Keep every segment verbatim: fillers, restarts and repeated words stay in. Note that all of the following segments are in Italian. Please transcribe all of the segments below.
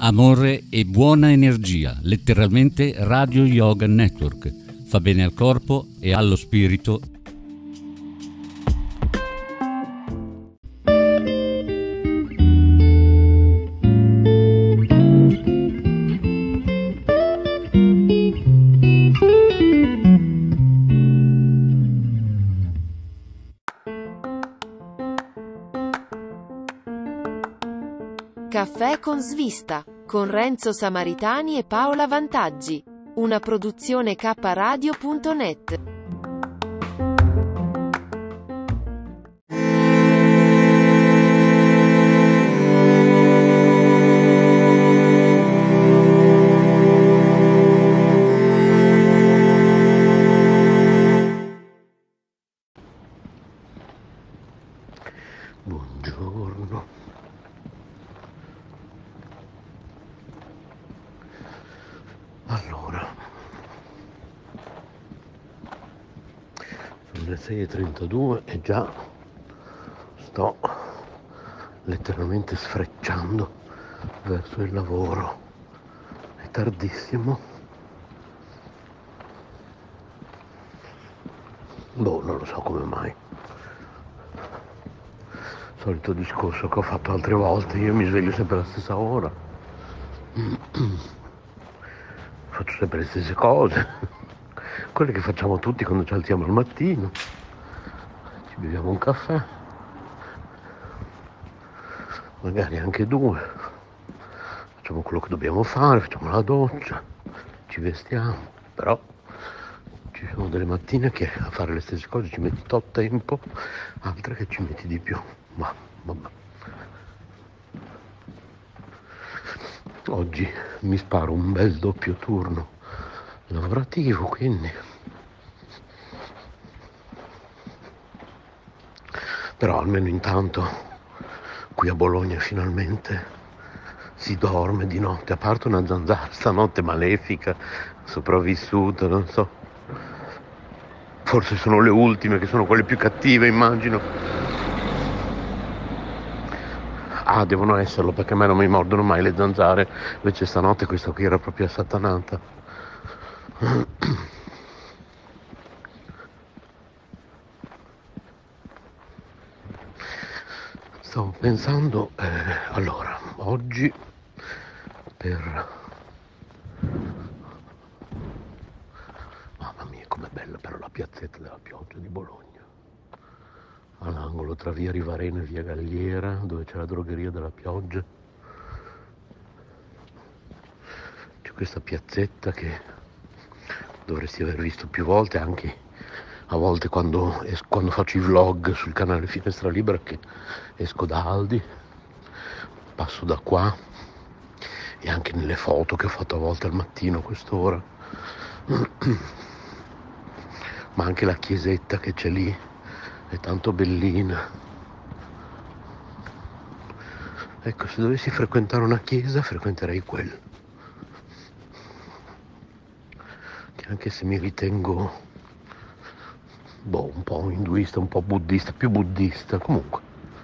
Amore e buona energia, letteralmente Radio Yoga Network. Fa bene al corpo e allo spirito. Caffè con svista, con Renzo Samaritani e Paola Vantaggi. Una produzione K radio punto net. Buongiorno. Allora, sono le sei e trentadue e già sto letteralmente sfrecciando verso il lavoro. È tardissimo. Boh, non lo so come mai. Solito discorso che ho fatto altre volte, io mi sveglio sempre alla stessa ora. Faccio sempre le stesse cose, quelle che facciamo tutti quando ci alziamo al mattino. Ci beviamo un caffè, magari anche due, facciamo quello che dobbiamo fare, facciamo la doccia, ci vestiamo, però ci sono delle mattine che a fare le stesse cose ci metti tot tempo, altre che ci metti di più, ma vabbè. Oggi mi sparo un bel doppio turno lavorativo, quindi però almeno intanto qui a Bologna finalmente si dorme di notte, a parte una zanzara stanotte malefica, sopravvissuta, non so, forse sono le ultime che sono quelle più cattive, immagino. Ah, devono esserlo, perché a me non mi mordono mai le zanzare, invece stanotte questa qui era proprio assatanata. Stavo pensando, eh, allora, oggi per... Mamma mia, com'è bella però la piazzetta della Pioggia di Bologna. All'angolo tra via Rivareno e via Galliera, dove c'è la drogheria della Pioggia, c'è questa piazzetta che dovresti aver visto più volte, anche a volte quando, es- quando faccio i vlog sul canale Finestra Libera, che esco da Aldi, passo da qua, e anche nelle foto che ho fatto a volte al mattino a quest'ora. Ma anche la chiesetta che c'è lì è tanto bellina. Ecco, se dovessi frequentare una chiesa, frequenterei quella. Che anche se mi ritengo, boh, un po' induista, un po' buddista, più buddista, comunque.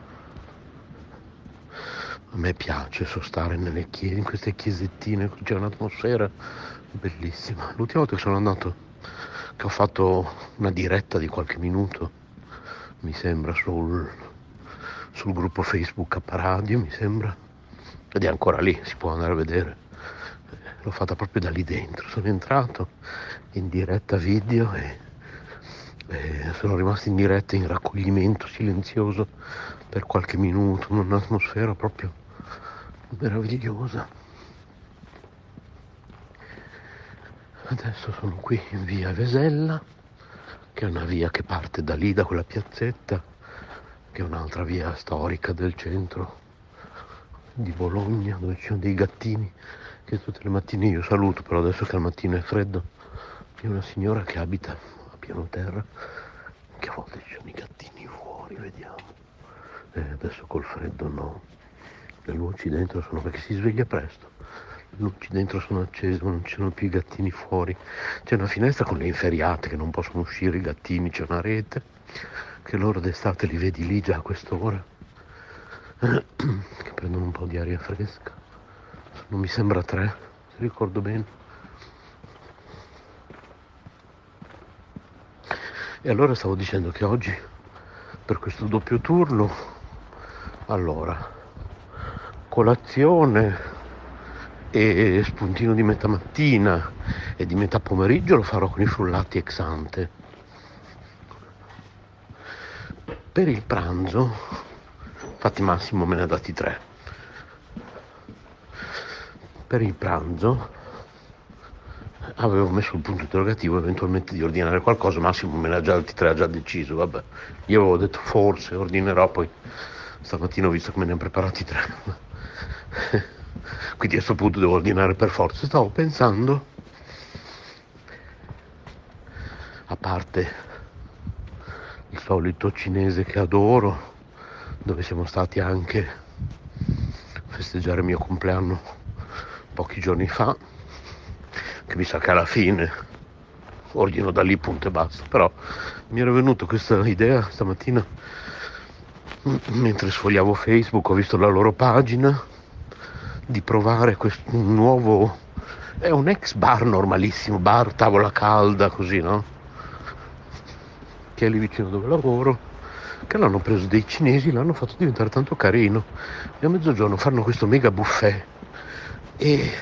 A me piace sostare nelle chiese, in queste chiesettine, c'è un'atmosfera bellissima. L'ultima volta che sono andato, che ho fatto una diretta di qualche minuto, mi sembra, sul, sul gruppo Facebook K Radio, mi sembra, ed è ancora lì, si può andare a vedere. L'ho fatta proprio da lì dentro, sono entrato in diretta video e, e sono rimasto in diretta in raccoglimento silenzioso per qualche minuto, un'atmosfera proprio meravigliosa. Adesso sono qui in via Vesella, che è una via che parte da lì, da quella piazzetta, che è un'altra via storica del centro di Bologna, dove ci sono dei gattini che tutte le mattine io saluto, però adesso che al mattino è freddo, c'è una signora che abita a piano terra, che a volte ci sono i gattini fuori, vediamo. E adesso col freddo no, le luci dentro sono, perché si sveglia presto, le luci dentro sono accese, ma non ci sono più i gattini fuori. C'è una finestra con le inferriate che non possono uscire i gattini, c'è una rete che loro d'estate li vedi lì già a quest'ora che prendono un po' di aria fresca. non mi sembra tre, se ricordo bene. E allora stavo dicendo che oggi, per questo doppio turno, allora, colazione e spuntino di metà mattina e di metà pomeriggio lo farò con i frullati ex ante. Per il pranzo, infatti Massimo me ne ha dati tre. Per il pranzo avevo messo il punto interrogativo eventualmente di ordinare qualcosa. Massimo me ne ha già dati tre, ha già deciso, vabbè. Io avevo detto forse ordinerò, poi stamattina ho visto che me ne hanno preparati tre. Quindi a questo punto devo ordinare per forza. Stavo pensando, a parte il solito cinese che adoro, dove siamo stati anche a festeggiare il mio compleanno pochi giorni fa, che mi sa che alla fine ordino da lì, punto e basta. Però mi era venuta questa idea stamattina mentre sfogliavo Facebook, ho visto la loro pagina, di provare questo nuovo, è un ex bar normalissimo, bar tavola calda così, no? Che è lì vicino dove lavoro, che l'hanno preso dei cinesi, l'hanno fatto diventare tanto carino, e a mezzogiorno fanno questo mega buffet e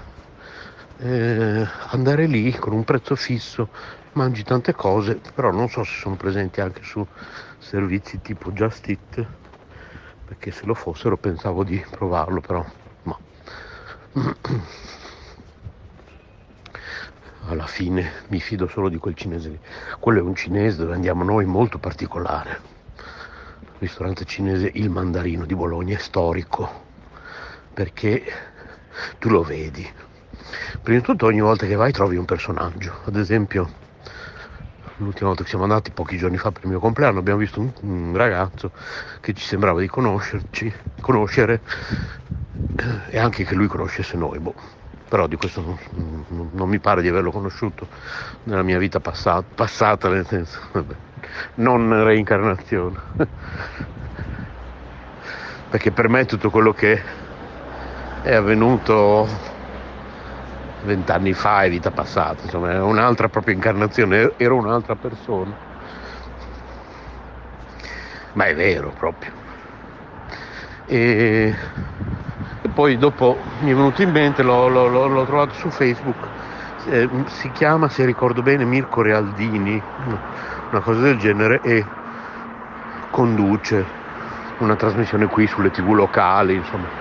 eh, andare lì con un prezzo fisso, mangi tante cose, però non so se sono presenti anche su servizi tipo Just Eat, perché se lo fossero pensavo di provarlo, però no. Alla fine mi fido solo di quel cinese lì. Quello è un cinese dove andiamo noi, molto particolare, ristorante cinese Il Mandarino di Bologna, è storico perché tu lo vedi, prima di tutto ogni volta che vai trovi un personaggio. Ad esempio l'ultima volta che siamo andati, pochi giorni fa per il mio compleanno, abbiamo visto un, un ragazzo che ci sembrava di conoscerci, conoscere, e anche che lui conoscesse noi, boh. Però di questo non, non, non mi pare di averlo conosciuto nella mia vita passata, passata nel senso, vabbè, non reincarnazione. Perché per me tutto quello che è avvenuto vent'anni fa è vita passata, insomma è un'altra propria incarnazione, ero un'altra persona. Ma è vero proprio. E, e poi dopo mi è venuto in mente, l'ho, l'ho, l'ho trovato su Facebook, eh, si chiama, se ricordo bene, Mirko Realdini, una cosa del genere, e conduce una trasmissione qui sulle tv locali, insomma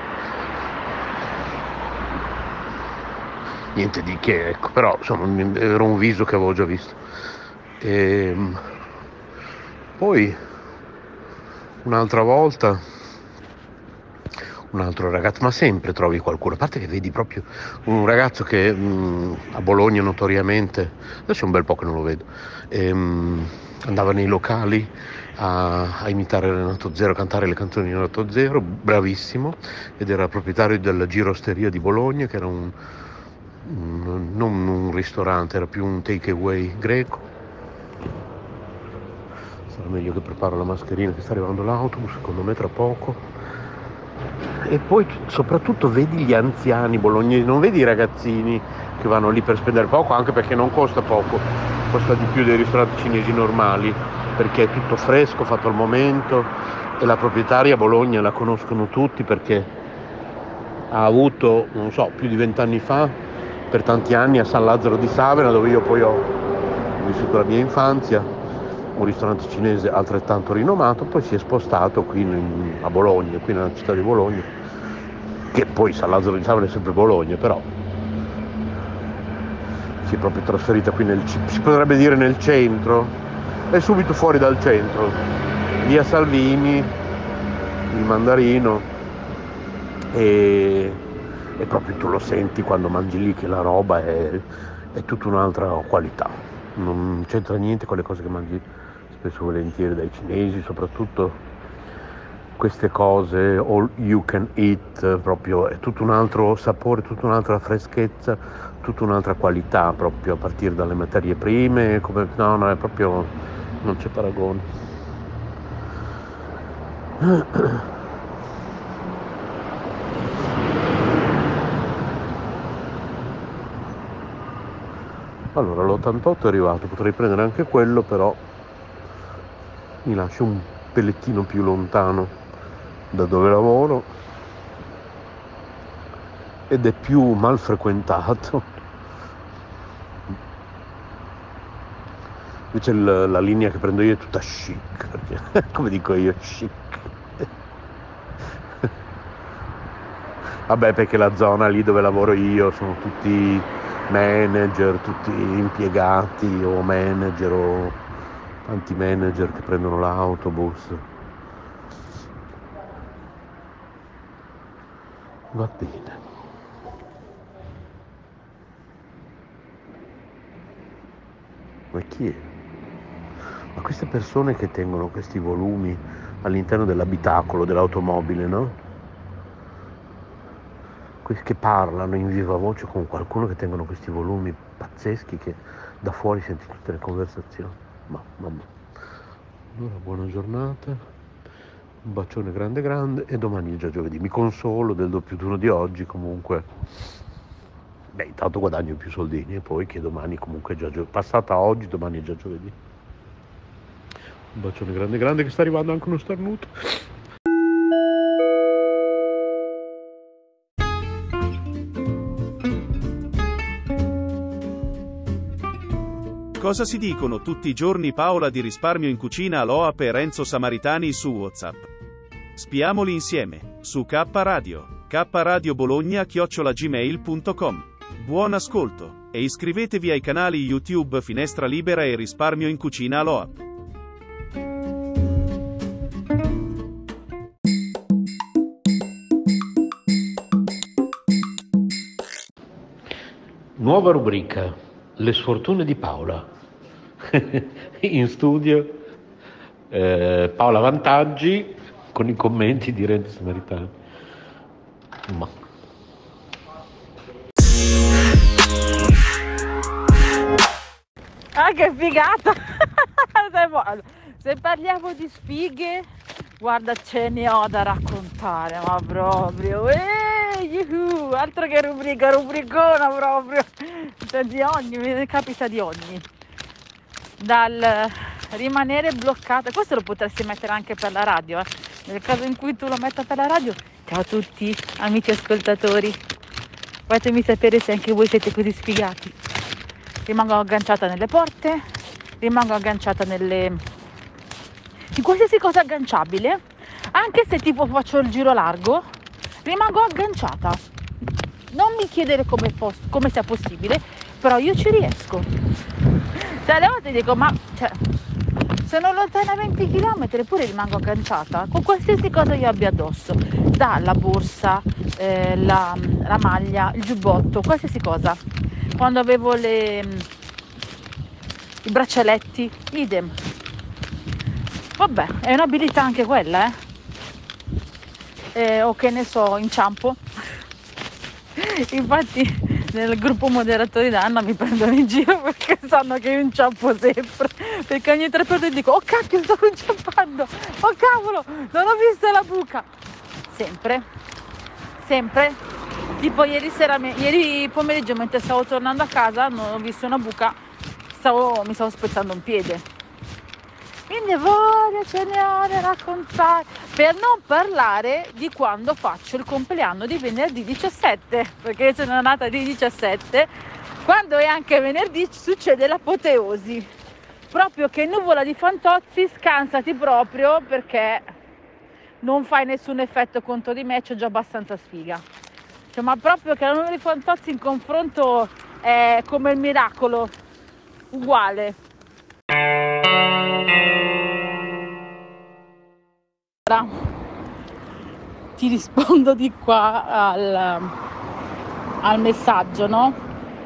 niente di che, ecco, però insomma era un viso che avevo già visto. E poi un'altra volta un altro ragazzo, ma sempre trovi qualcuno, a parte che vedi proprio un ragazzo che mh, a Bologna notoriamente, adesso è un bel po' che non lo vedo, ehm, andava nei locali a, a imitare Renato Zero, a cantare le canzoni di Renato Zero, bravissimo, ed era proprietario della Girosteria di Bologna, che era un, un non un ristorante, era più un take away greco. Sarà meglio che preparo la mascherina, che sta arrivando l'autobus, secondo me tra poco. E poi soprattutto vedi gli anziani bolognesi, non vedi i ragazzini che vanno lì per spendere poco, anche perché non costa poco, costa di più dei ristoranti cinesi normali, perché è tutto fresco, fatto al momento, e la proprietaria a Bologna la conoscono tutti perché ha avuto, non so, più di vent'anni fa, per tanti anni a San Lazzaro di Savena, dove io poi ho vissuto la mia infanzia, un ristorante cinese altrettanto rinomato, poi si è spostato qui in, a Bologna, qui nella città di Bologna, che poi San Lazzaro di Savena è sempre Bologna, però si è proprio trasferita qui nel, si potrebbe dire nel centro, è subito fuori dal centro, via Salvini, il Mandarino, e, e proprio tu lo senti quando mangi lì che la roba è, è tutta un'altra qualità, non c'entra niente con le cose che mangi spesso e volentieri dai cinesi, soprattutto queste cose all you can eat, proprio è tutto un altro sapore, tutta un'altra freschezza, tutta un'altra qualità, proprio a partire dalle materie prime, come, no no è proprio, non c'è paragone. Allora, l'ottantotto è arrivato, potrei prendere anche quello, però mi lascia un pellettino più lontano da dove lavoro ed è più mal frequentato. Invece il, la linea che prendo io è tutta chic, perché, come dico io, chic. Vabbè, perché la zona lì dove lavoro io sono tutti manager, tutti impiegati o manager o tanti manager che prendono l'autobus. Va bene. Ma chi è? Ma queste persone che tengono questi volumi all'interno dell'abitacolo dell'automobile, no? Che parlano in viva voce con qualcuno, che tengono questi volumi pazzeschi che da fuori senti tutte le conversazioni. Ma vabbè. Allora, buona giornata, un bacione grande grande e domani è già giovedì. Mi consolo del doppio turno di oggi, comunque. Beh, intanto guadagno più soldini e poi che domani comunque è già giovedì. Passata oggi, domani è già giovedì. Un bacione grande grande, che sta arrivando anche uno starnuto. Cosa si dicono tutti i giorni Paola di Risparmio in Cucina Aloha e Renzo Samaritani su WhatsApp? Spiamoli insieme, su K Radio, K Radio Bologna chiocciola gmail punto com. Buon ascolto, e iscrivetevi ai canali YouTube Finestra Libera e Risparmio in Cucina Aloha. Nuova rubrica, le sfortune di Paola. In studio eh, Paola Vantaggi con i commenti di Renzo Samaritani. Ma. Ah, che figata! Se parliamo di sfighe, guarda, ce ne ho da raccontare, ma proprio, eh, yuhu, altro che rubrica, rubricona proprio, cioè di ogni, mi ne capita di ogni, dal rimanere bloccata. Questo lo potresti mettere anche per la radio, eh. Nel caso in cui tu lo metta per la radio. Ciao a tutti, amici ascoltatori, fatemi sapere se anche voi siete così sfigati. Rimango agganciata nelle porte, rimango agganciata nelle... in qualsiasi cosa agganciabile, anche se tipo faccio il giro largo, rimango agganciata. Non mi chiedere come, posso, come sia possibile, però io ci riesco. Cioè, alle volte dico, ma cioè, sono lontana venti chilometri eppure rimango agganciata con qualsiasi cosa io abbia addosso, dalla borsa, eh, la, la maglia, il giubbotto, qualsiasi cosa. Quando avevo le, i braccialetti, idem. Vabbè, è un'abilità anche quella, eh? eh o che ne so, inciampo. Infatti nel gruppo moderatori d'Anna mi prendono in giro perché sanno che io inciampo sempre, perché ogni tre per due dico, oh cacchio, sto inciampando, oh cavolo, non ho visto la buca. Sempre, sempre. Tipo ieri sera, ieri pomeriggio mentre stavo tornando a casa, non ho visto una buca, stavo, mi stavo spezzando un piede. Quindi voglio, ce ne ho da raccontare, per non parlare di quando faccio il compleanno di venerdì diciassette, perché io sono nata di diciassette, quando è anche venerdì succede l'apoteosi, proprio che nuvola di fantozzi, scansati proprio, perché non fai nessun effetto contro di me, c'ho già abbastanza sfiga. Cioè, ma proprio che la nuvola di fantozzi in confronto è come il miracolo, uguale. Ora ti rispondo di qua al, al messaggio, no?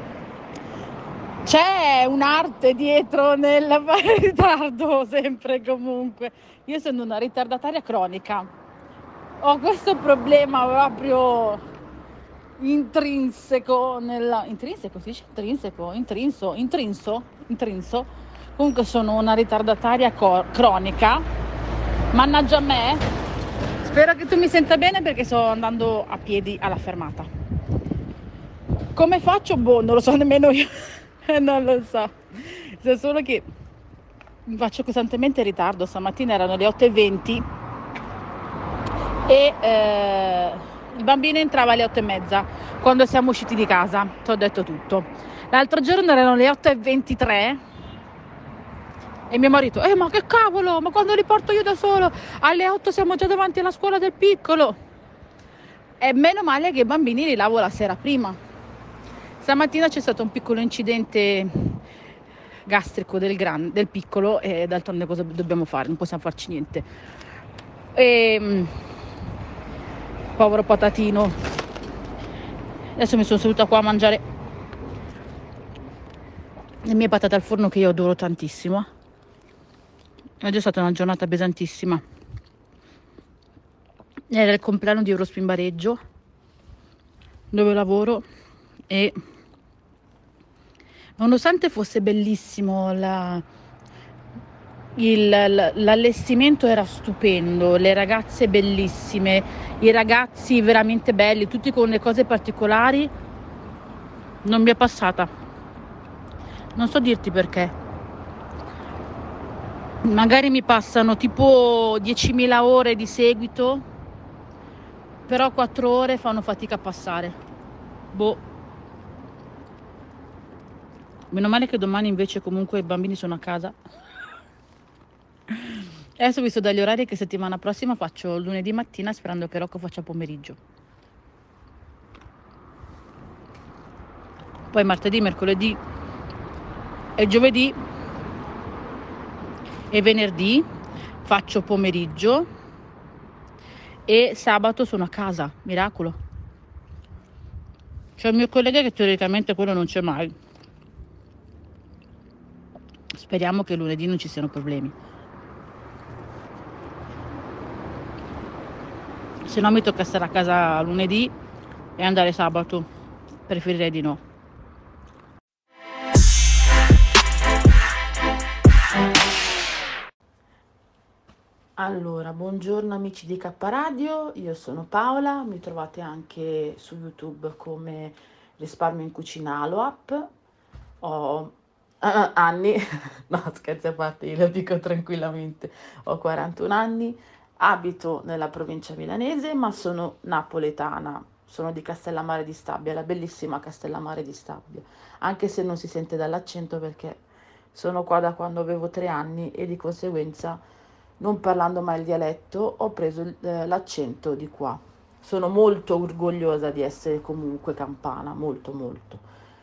C'è un'arte dietro nel fare ritardo, sempre e comunque. Io sono una ritardataria cronica, ho questo problema proprio intrinseco nella... intrinseco si dice? Intrinseco? Intrinso? Intrinso? Intrinso? Comunque sono una ritardataria co- cronica. Mannaggia a me. Spero che tu mi senta bene perché sto andando a piedi alla fermata. Come faccio? Boh, non lo so nemmeno io. Non lo so, so solo che mi faccio costantemente in ritardo. Stamattina erano le otto e venti e eh, il bambino entrava alle otto e mezza quando siamo usciti di casa. Ti ho detto tutto. L'altro giorno erano le otto e ventitré e mio marito, eh ma che cavolo, ma quando li porto io da solo? Alle otto siamo già davanti alla scuola del piccolo. E meno male che i bambini li lavo la sera prima. Stamattina c'è stato un piccolo incidente gastrico del, gran, del piccolo e d'altronde cosa dobbiamo fare? Non possiamo farci niente. E, povero patatino. Adesso mi sono seduta qua a mangiare le mie patate al forno che io adoro tantissimo. Oggi è stata una giornata pesantissima. Era il compleanno di Eurospin Bareggio, dove lavoro, e nonostante fosse bellissimo, la, il, l'allestimento era stupendo, le ragazze bellissime, i ragazzi veramente belli, tutti con le cose particolari, non mi è passata. Non so dirti perché. Magari mi passano tipo diecimila ore di seguito, però quattro ore fanno fatica a passare. Boh. Meno male che domani invece comunque i bambini sono a casa. Adesso ho visto dagli orari che settimana prossima faccio lunedì mattina, sperando che Rocco faccia pomeriggio. Poi martedì, mercoledì e giovedì e venerdì faccio pomeriggio e sabato sono a casa, miracolo. C'è il mio collega che teoricamente quello non c'è mai. Speriamo che lunedì non ci siano problemi. Se no mi tocca stare a casa lunedì e andare sabato. Preferirei di no. Allora, buongiorno amici di K Radio, io sono Paola, mi trovate anche su YouTube come Risparmio in Cucina Aloap. Ho uh, anni, no scherzi a parte, io lo dico tranquillamente, ho quarantuno anni, abito nella provincia milanese ma sono napoletana, sono di Castellammare di Stabia, la bellissima Castellammare di Stabia, anche se non si sente dall'accento perché sono qua da quando avevo tre anni e di conseguenza, non parlando mai il dialetto, ho preso eh, l'accento di qua. Sono molto orgogliosa di essere comunque campana, molto molto.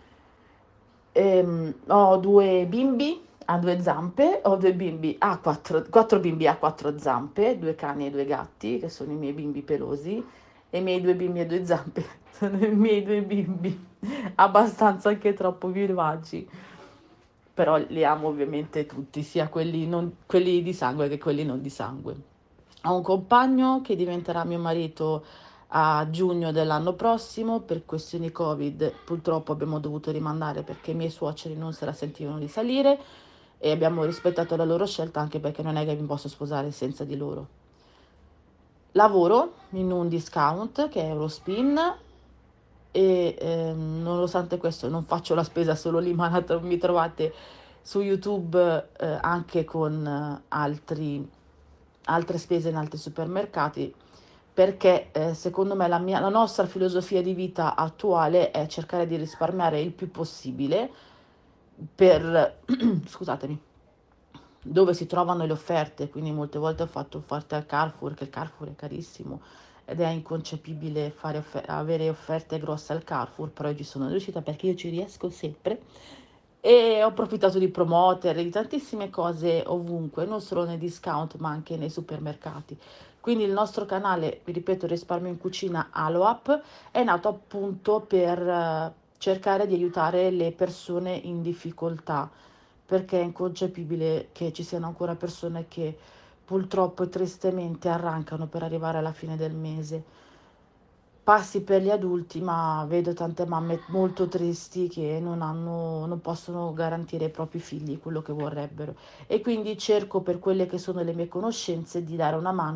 Ehm, ho due bimbi a due zampe, ho due bimbi a quattro, quattro bimbi a quattro zampe, due cani e due gatti, che sono i miei bimbi pelosi, e i miei due bimbi a due zampe sono i miei due bimbi, abbastanza anche troppo vivaci. Però li amo ovviamente tutti, sia quelli, non, quelli di sangue che quelli non di sangue. Ho un compagno che diventerà mio marito a giugno dell'anno prossimo, per questioni Covid purtroppo abbiamo dovuto rimandare perché i miei suoceri non se la sentivano di salire e abbiamo rispettato la loro scelta, anche perché non è che mi posso sposare senza di loro. Lavoro in un discount che è Eurospin e ehm, nonostante questo non faccio la spesa solo lì, ma mi trovate su YouTube eh, anche con eh, altri, altre spese in altri supermercati, perché eh, secondo me la, mia, la nostra filosofia di vita attuale è cercare di risparmiare il più possibile per, scusatemi, dove si trovano le offerte, quindi molte volte ho fatto offerte al Carrefour, che il Carrefour è carissimo, ed è inconcepibile fare offer- avere offerte grosse al Carrefour, però io ci sono riuscita perché io ci riesco sempre e ho approfittato di promoter, di tantissime cose ovunque, non solo nei discount ma anche nei supermercati. Quindi il nostro canale, vi ripeto, Risparmio in Cucina Aloap, è nato appunto per uh, cercare di aiutare le persone in difficoltà, perché è inconcepibile che ci siano ancora persone che purtroppo e tristemente arrancano per arrivare alla fine del mese. Passi per gli adulti, ma vedo tante mamme molto tristi che non hanno, non possono garantire ai propri figli quello che vorrebbero. E quindi cerco, per quelle che sono le mie conoscenze, di dare una mano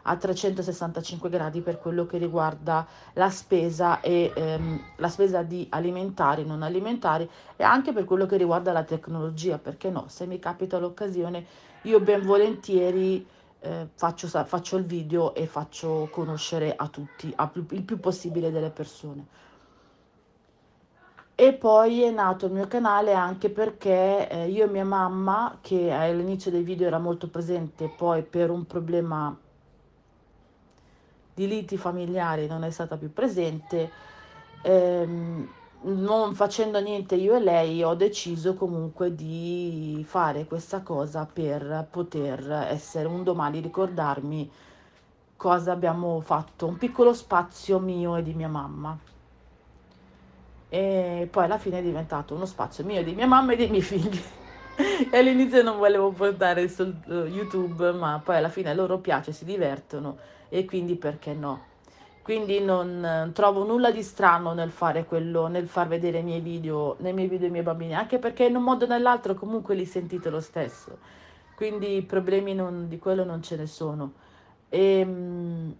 a trecentosessantacinque gradi per quello che riguarda la spesa e ehm, la spesa di alimentari, non alimentari, e anche per quello che riguarda la tecnologia, perché no, se mi capita l'occasione io ben volentieri eh, faccio, sa- faccio il video e faccio conoscere a tutti, a più- il più possibile delle persone. E poi è nato il mio canale anche perché eh, io e mia mamma, che all'inizio dei video era molto presente, poi per un problema di liti familiari non è stata più presente, ehm, non facendo niente io e lei ho deciso comunque di fare questa cosa per poter essere un domani ricordarmi cosa abbiamo fatto, un piccolo spazio mio e di mia mamma. E poi alla fine è diventato uno spazio mio, di mia mamma e dei miei figli. E all'inizio non volevo portare su eh, YouTube, ma poi alla fine a loro piace, si divertono e quindi perché no? Quindi non eh, trovo nulla di strano nel fare quello, nel far vedere i miei video, nei miei video ai miei bambini, anche perché in un modo o nell'altro comunque li sentite lo stesso. Quindi problemi non- di quello non ce ne sono. E,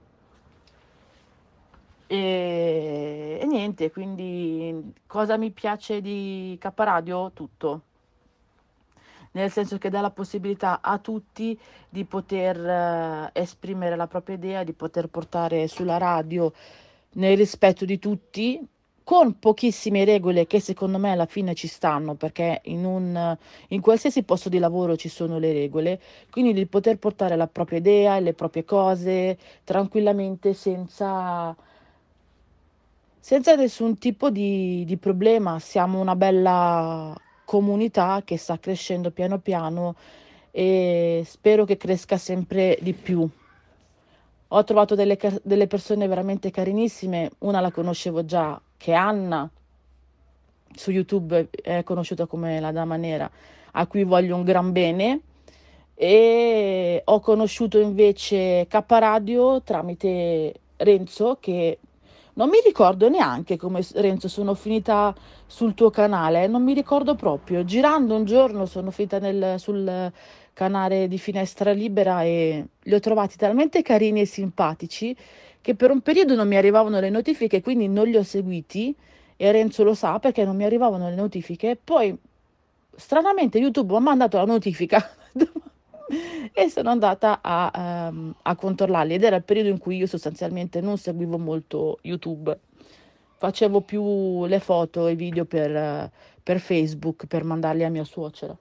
e, e niente, quindi cosa mi piace di K Radio? Tutto, nel senso che dà la possibilità a tutti di poter eh, esprimere la propria idea, di poter portare sulla radio nel rispetto di tutti, con pochissime regole che secondo me alla fine ci stanno, perché in un, in qualsiasi posto di lavoro ci sono le regole, quindi di poter portare la propria idea e le proprie cose tranquillamente senza senza nessun tipo di, di problema. Siamo una bella comunità che sta crescendo piano piano e spero che cresca sempre di più. Ho trovato delle, car- delle persone veramente carinissime, una la conoscevo già, che è Anna, su YouTube è conosciuta come la Dama Nera, a cui voglio un gran bene. E ho conosciuto invece K Radio tramite Renzo, che non mi ricordo neanche come s- Renzo sono finita sul tuo canale, non mi ricordo proprio. Girando un giorno sono finita nel- sul canale di Finestra Libera e li ho trovati talmente carini e simpatici che per un periodo non mi arrivavano le notifiche, quindi non li ho seguiti e Renzo lo sa perché non mi arrivavano le notifiche. Poi stranamente YouTube mi ha mandato la notifica e sono andata a, ehm, a controllarli ed era il periodo in cui io sostanzialmente non seguivo molto YouTube, facevo più le foto e i video per, eh, per Facebook per mandarli a mia suocera.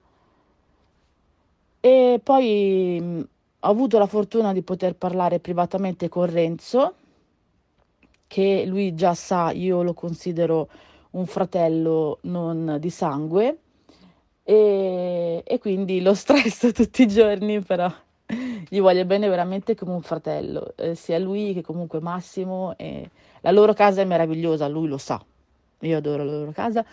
E poi mh, ho avuto la fortuna di poter parlare privatamente con Renzo, che lui già sa, io lo considero un fratello non di sangue e, e quindi lo stresso tutti i giorni, però gli voglio bene veramente come un fratello, eh, sia lui che comunque Massimo. E la loro casa è meravigliosa, lui lo sa, io adoro la loro casa.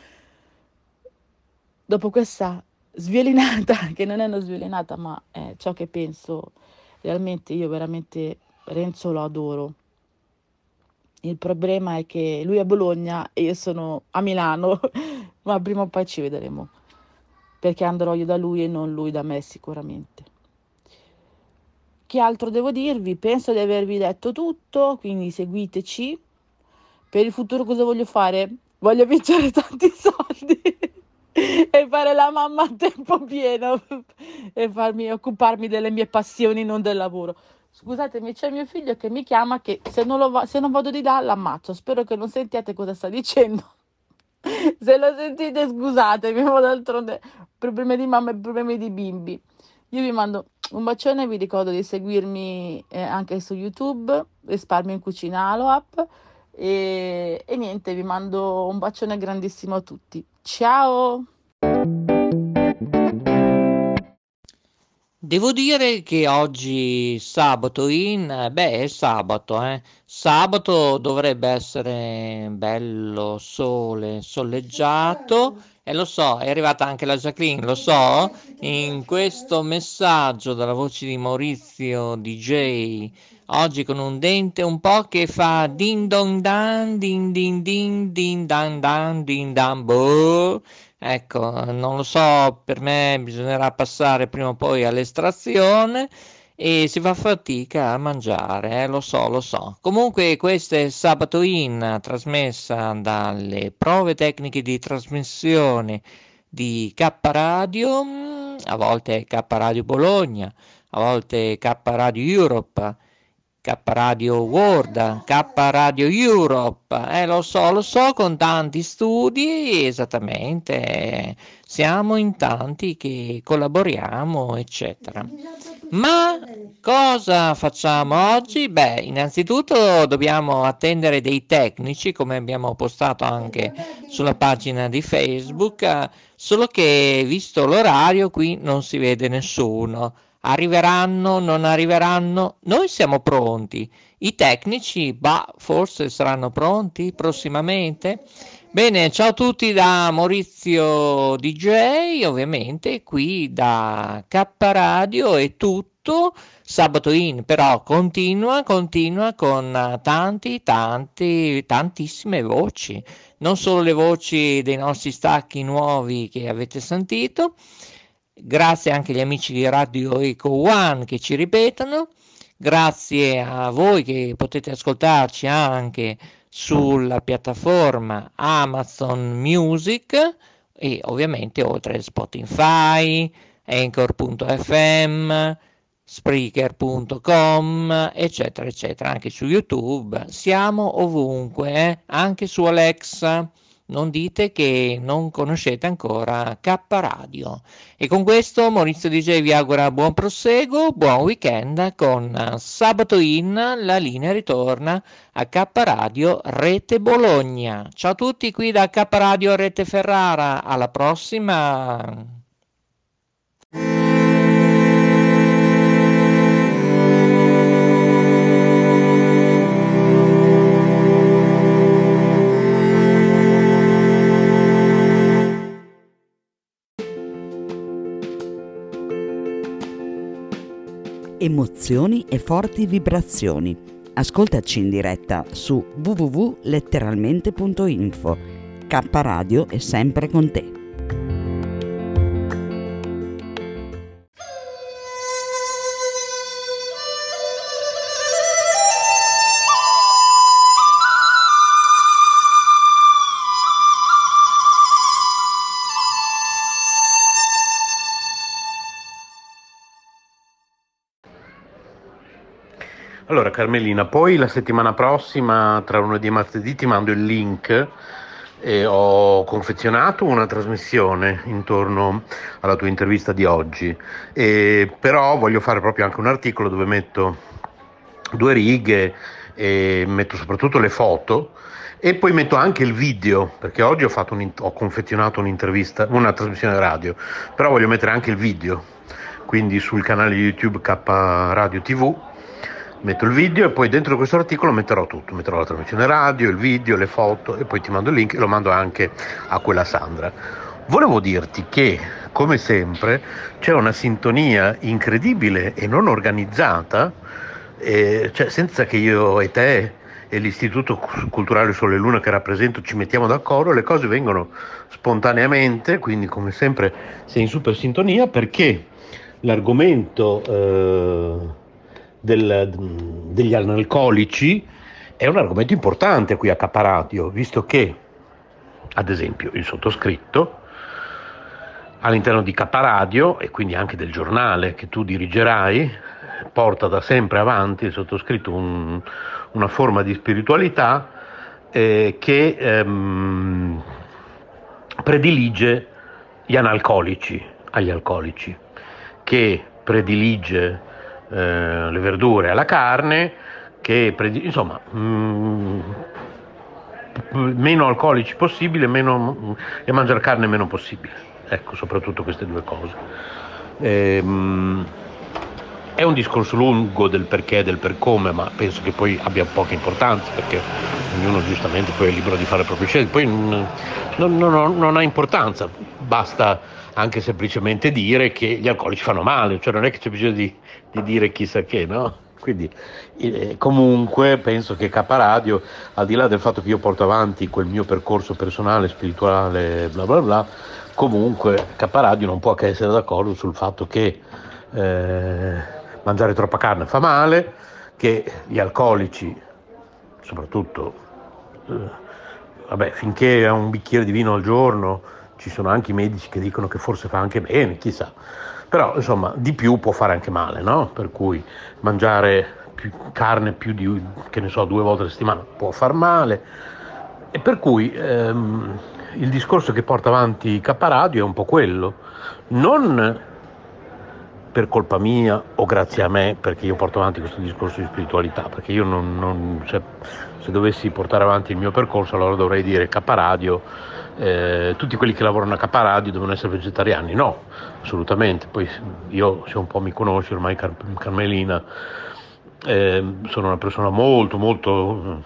Dopo questa sviolinata, che non è una sviolinata, ma è ciò che penso, realmente io veramente Renzo lo adoro. Il problema è che lui è a Bologna e io sono a Milano, ma prima o poi ci vedremo, perché andrò io da lui e non lui da me sicuramente. Che altro devo dirvi? Penso di avervi detto tutto, quindi seguiteci. Per il futuro cosa voglio fare? Voglio vincere tanti soldi e fare la mamma a tempo pieno e farmi occuparmi delle mie passioni, non del lavoro. Scusatemi, c'è mio figlio che mi chiama che se non, lo va- se non vado di là l'ammazzo. Spero che non sentiate cosa sta dicendo. Se lo sentite scusatemi, ma d'altronde problemi di mamma e problemi di bimbi. Io vi mando un bacione, vi ricordo di seguirmi eh, anche su YouTube, Risparmio in Cucina Aloap e, e niente, vi mando un bacione grandissimo a tutti. Ciao! Devo dire che oggi sabato in, eh, beh, è sabato, eh. Sabato dovrebbe essere bello, sole, soleggiato e lo so, è arrivata anche la Jacqueline, lo so, in questo messaggio dalla voce di Maurizio D J, oggi con un dente un po' che fa din don dan, din din din, din dan dan, din dan boh. Ecco, non lo so, per me bisognerà passare prima o poi all'estrazione e si fa fatica a mangiare, eh, lo so, lo so. Comunque questo è Sabato In, trasmessa dalle prove tecniche di trasmissione di K Radio, mm, a volte K Radio Bologna, a volte K Radio Europe, K Radio World, K Radio Europe, eh, lo so, lo so, con tanti studi, esattamente, eh, siamo in tanti che collaboriamo, eccetera. Ma cosa facciamo oggi? Beh, innanzitutto dobbiamo attendere dei tecnici, come abbiamo postato anche sulla pagina di Facebook, eh, solo che visto l'orario qui non si vede nessuno. Arriveranno, non arriveranno? Noi siamo pronti. I tecnici, bah, forse saranno pronti prossimamente. Bene, ciao a tutti da Maurizio D J, ovviamente qui da K Radio è tutto. Sabato In però continua, continua con tanti, tanti, tantissime voci. Non solo le voci dei nostri stacchi nuovi che avete sentito. Grazie anche agli amici di Radio Eco One che ci ripetono, grazie a voi che potete ascoltarci anche sulla piattaforma Amazon Music e ovviamente oltre Spotify, Anchor punto effe emme, Spreaker punto com, eccetera, eccetera, anche su YouTube, siamo ovunque, eh? Anche su Alexa. Non dite che non conoscete ancora K Radio. E con questo Maurizio D J vi augura buon proseguo, buon weekend con Sabato In, la linea ritorna a K Radio Rete Bologna. Ciao a tutti qui da K Radio Rete Ferrara, alla prossima! Emozioni e forti vibrazioni. Ascoltaci in diretta su w w w punto letteralmente punto info. K Radio è sempre con te. Allora Carmelina, poi la settimana prossima, tra lunedì e martedì, ti mando il link e ho confezionato una trasmissione intorno alla tua intervista di oggi, e però voglio fare proprio anche un articolo dove metto due righe e metto soprattutto le foto e poi metto anche il video, perché oggi ho, fatto un, ho confezionato un'intervista, una trasmissione radio, però voglio mettere anche il video, quindi sul canale YouTube K Radio tivù metto il video e poi dentro questo articolo metterò tutto, metterò la trasmissione radio, il video, le foto e poi ti mando il link e lo mando anche a quella Sandra. Volevo dirti che, come sempre, c'è una sintonia incredibile e non organizzata, eh, cioè senza che io e te e l'Istituto Culturale Sole e Luna che rappresento ci mettiamo d'accordo, le cose vengono spontaneamente, quindi come sempre sei in super sintonia, perché l'argomento eh, Del, degli analcolici è un argomento importante qui a K Radio, visto che ad esempio il sottoscritto all'interno di K Radio e quindi anche del giornale che tu dirigerai porta da sempre avanti il sottoscritto un, una forma di spiritualità eh, che ehm, predilige gli analcolici agli alcolici, che predilige Eh, le verdure alla carne, che predi- insomma mh, meno alcolici possibile, meno, mh, e mangiare carne meno possibile, ecco, soprattutto queste due cose. E, mh, è un discorso lungo del perché e del per come, ma penso che poi abbia poca importanza, perché ognuno giustamente poi è libero di fare le proprie scelte, poi non, non, non, non ha importanza, basta anche semplicemente dire che gli alcolici fanno male, cioè non è che c'è bisogno di, di dire chissà che, no? Quindi eh, comunque penso che K Radio, al di là del fatto che io porto avanti quel mio percorso personale, spirituale, bla bla bla, comunque K Radio non può che essere d'accordo sul fatto che eh, mangiare troppa carne fa male, che gli alcolici, soprattutto, eh, vabbè, finché ha un bicchiere di vino al giorno, ci sono anche i medici che dicono che forse fa anche bene, chissà. Però, insomma, di più può fare anche male, no? Per cui mangiare più carne più di, che ne so, due volte a settimana può far male. E per cui ehm, il discorso che porta avanti K Radio è un po' quello. Non per colpa mia o grazie a me, perché io porto avanti questo discorso di spiritualità, perché io non, non se, se dovessi portare avanti il mio percorso, allora dovrei dire K Radio, eh, tutti quelli che lavorano a K Radio devono essere vegetariani. No, assolutamente. Poi io, se un po' mi conosci ormai, Car- Carmelina, eh, sono una persona molto molto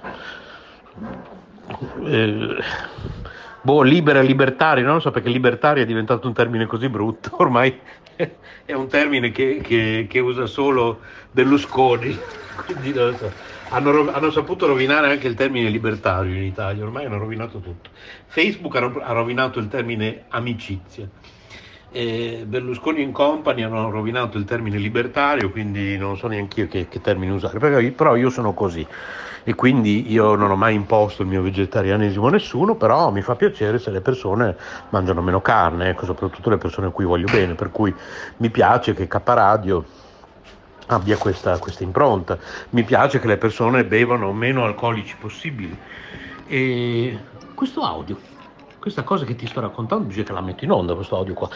eh, boh, libera e libertaria, non lo so perché libertaria è diventato un termine così brutto, ormai è un termine che, che, che usa solo Berlusconi, quindi non lo so. hanno, hanno saputo rovinare anche il termine libertario in Italia, ormai hanno rovinato tutto. Facebook ha, ha rovinato il termine amicizia, e Berlusconi in company hanno rovinato il termine libertario, quindi non so neanche io che, che termine usare, perché, però io sono così. E quindi io non ho mai imposto il mio vegetarianesimo a nessuno, però mi fa piacere se le persone mangiano meno carne, ecco, soprattutto le persone a cui voglio bene, per cui mi piace che K Radio abbia questa, questa impronta, mi piace che le persone bevano meno alcolici possibili. E questo audio, questa cosa che ti sto raccontando, dice che la metto in onda questo audio qua.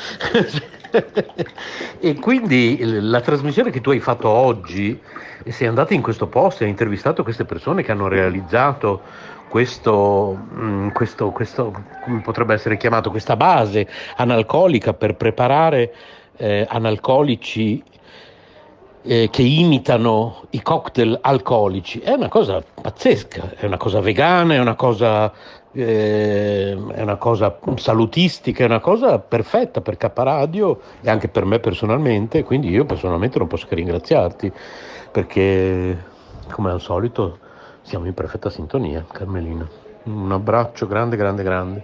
E quindi la trasmissione che tu hai fatto oggi, sei andata in questo posto e hai intervistato queste persone che hanno realizzato questo, questo, questo come potrebbe essere chiamato, questa base analcolica per preparare eh, analcolici eh, che imitano i cocktail alcolici. È una cosa pazzesca, è una cosa vegana, è una cosa Eh, è una cosa salutistica, è una cosa perfetta per K Radio e anche per me personalmente, quindi io personalmente non posso che ringraziarti, perché come al solito siamo in perfetta sintonia, Carmelina. Un abbraccio grande grande grande.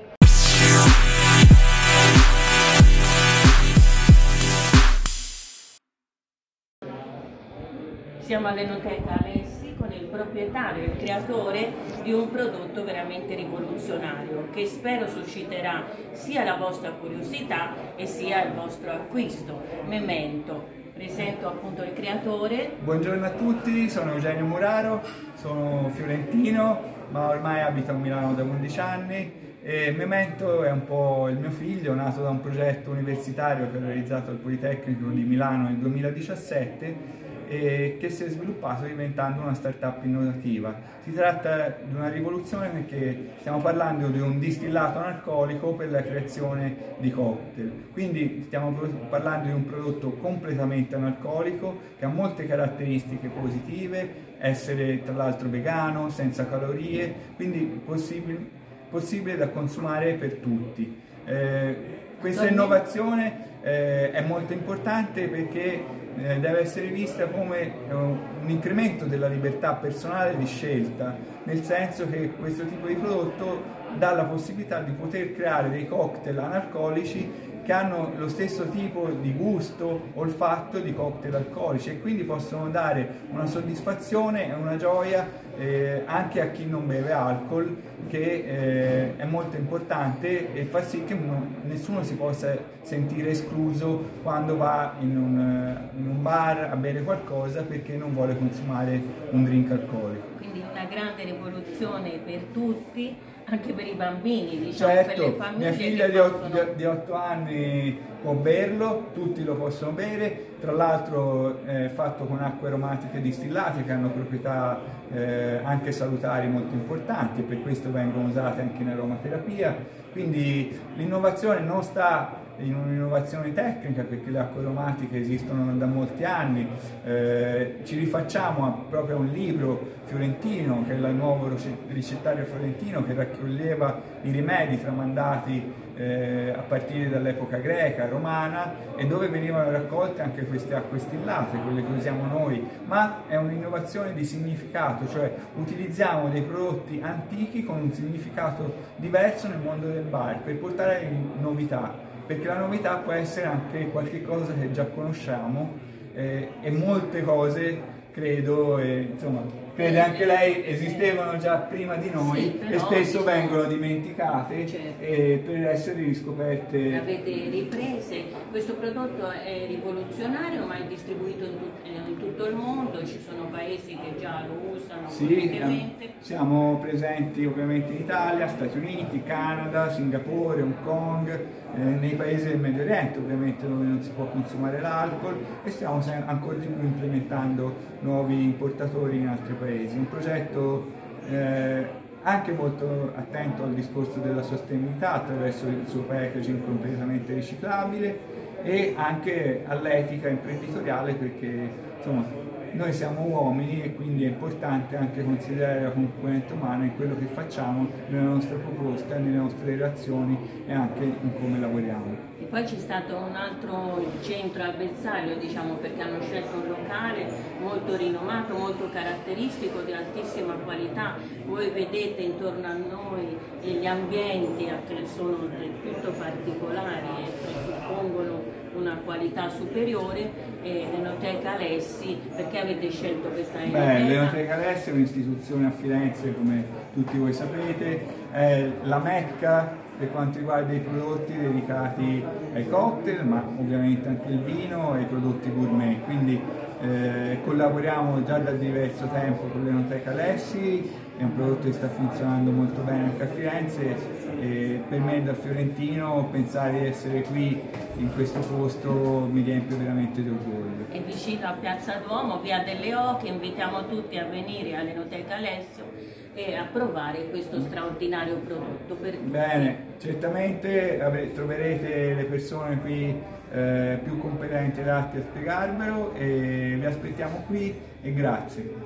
Siamo all'Enoteca Alessi con il proprietario, il creatore di un prodotto veramente rivoluzionario che spero susciterà sia la vostra curiosità e sia il vostro acquisto. Memento, presento appunto il creatore. Buongiorno a tutti, sono Eugenio Muraro, sono fiorentino ma ormai abito a Milano da undici anni. E Memento è un po' il mio figlio, nato da un progetto universitario che ho realizzato al Politecnico di Milano nel duemiladiciassette e che si è sviluppato diventando una startup innovativa. Si tratta di una rivoluzione perché stiamo parlando di un distillato analcolico per la creazione di cocktail. Quindi stiamo parlando di un prodotto completamente analcolico che ha molte caratteristiche positive, essere tra l'altro vegano, senza calorie, quindi possibile, possibile da consumare per tutti. Eh, questa innovazione eh, è molto importante perché eh, deve essere vista come eh, un incremento della libertà personale di scelta, nel senso che questo tipo di prodotto dà la possibilità di poter creare dei cocktail analcolici che hanno lo stesso tipo di gusto, olfatto di cocktail alcolici e quindi possono dare una soddisfazione e una gioia eh, anche a chi non beve alcol, che eh, è molto importante e fa sì che uno, nessuno si possa sentire escluso quando va in un, in un bar a bere qualcosa perché non vuole consumare un drink alcolico. Quindi una grande rivoluzione per tutti, anche per i bambini, diciamo, certo, per le famiglie. Mia figlia che di, possono... di otto anni può berlo, tutti lo possono bere, tra l'altro è fatto con acque aromatiche distillate che hanno proprietà eh, anche salutari molto importanti e per questo vengono usate anche in aromaterapia. Quindi l'innovazione non sta in un'innovazione tecnica perché le acque aromatiche esistono da molti anni, eh, ci rifacciamo a, proprio a un libro fiorentino che è il nuovo ricettario fiorentino che raccoglieva i rimedi tramandati eh, a partire dall'epoca greca, romana e dove venivano raccolte anche queste acque stillate, quelle che usiamo noi, ma è un'innovazione di significato, cioè utilizziamo dei prodotti antichi con un significato diverso nel mondo del bar per portare in novità. Perché la novità può essere anche qualche cosa che già conosciamo eh, e molte cose credo, e, insomma, crede anche lei, esistevano già prima di noi, sì, però, e spesso diciamo, vengono dimenticate, certo, eh, per essere riscoperte. Avete riprese, questo prodotto è rivoluzionario ma è distribuito in, tut in tutto il mondo, ci sono paesi che già lo usano. Sì, siamo presenti ovviamente in Italia, Stati Uniti, Canada, Singapore, Hong Kong, eh, nei paesi del Medio Oriente ovviamente dove non si può consumare l'alcol, e stiamo ancora di più implementando nuovi importatori in altri paesi. Un progetto eh, anche molto attento al discorso della sostenibilità attraverso il suo packaging completamente riciclabile, e anche all'etica imprenditoriale, perché insomma noi siamo uomini e quindi è importante anche considerare la componente umana in quello che facciamo, nella nostra proposta, nelle nostre relazioni e anche in come lavoriamo. E poi c'è stato un altro centro a Bersaglio, diciamo, perché hanno scelto un locale molto rinomato, molto caratteristico, di altissima qualità. Voi vedete intorno a noi gli ambienti che sono del tutto particolari e presuppongono una qualità superiore. E l'Enoteca Alessi, perché avete scelto questa enoteca? Beh, l'Enoteca Alessi è un'istituzione a Firenze, come tutti voi sapete, è la mecca per quanto riguarda i prodotti dedicati ai cocktail, ma ovviamente anche il vino e i prodotti gourmet, quindi eh, collaboriamo già da diverso tempo con l'Enoteca Alessi, è un prodotto che sta funzionando molto bene anche a Firenze, e per me da fiorentino pensare di essere qui in questo posto mi riempie veramente di orgoglio. È vicino a Piazza Duomo, via delle Oche, invitiamo tutti a venire all'Enoteca Alessio e a provare questo straordinario prodotto per tutti. Bene, certamente troverete le persone qui eh, più competenti ed atti a spiegarvelo, e vi aspettiamo qui e grazie.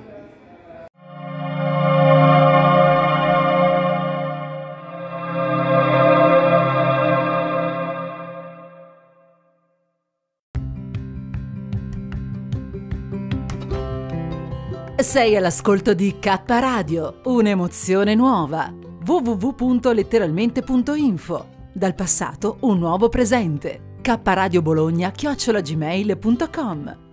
Sei all'ascolto di K Radio, un'emozione nuova. w w w punto letteralmente punto info. Dal passato un nuovo presente. K Radio Bologna chiocciola gmail punto com.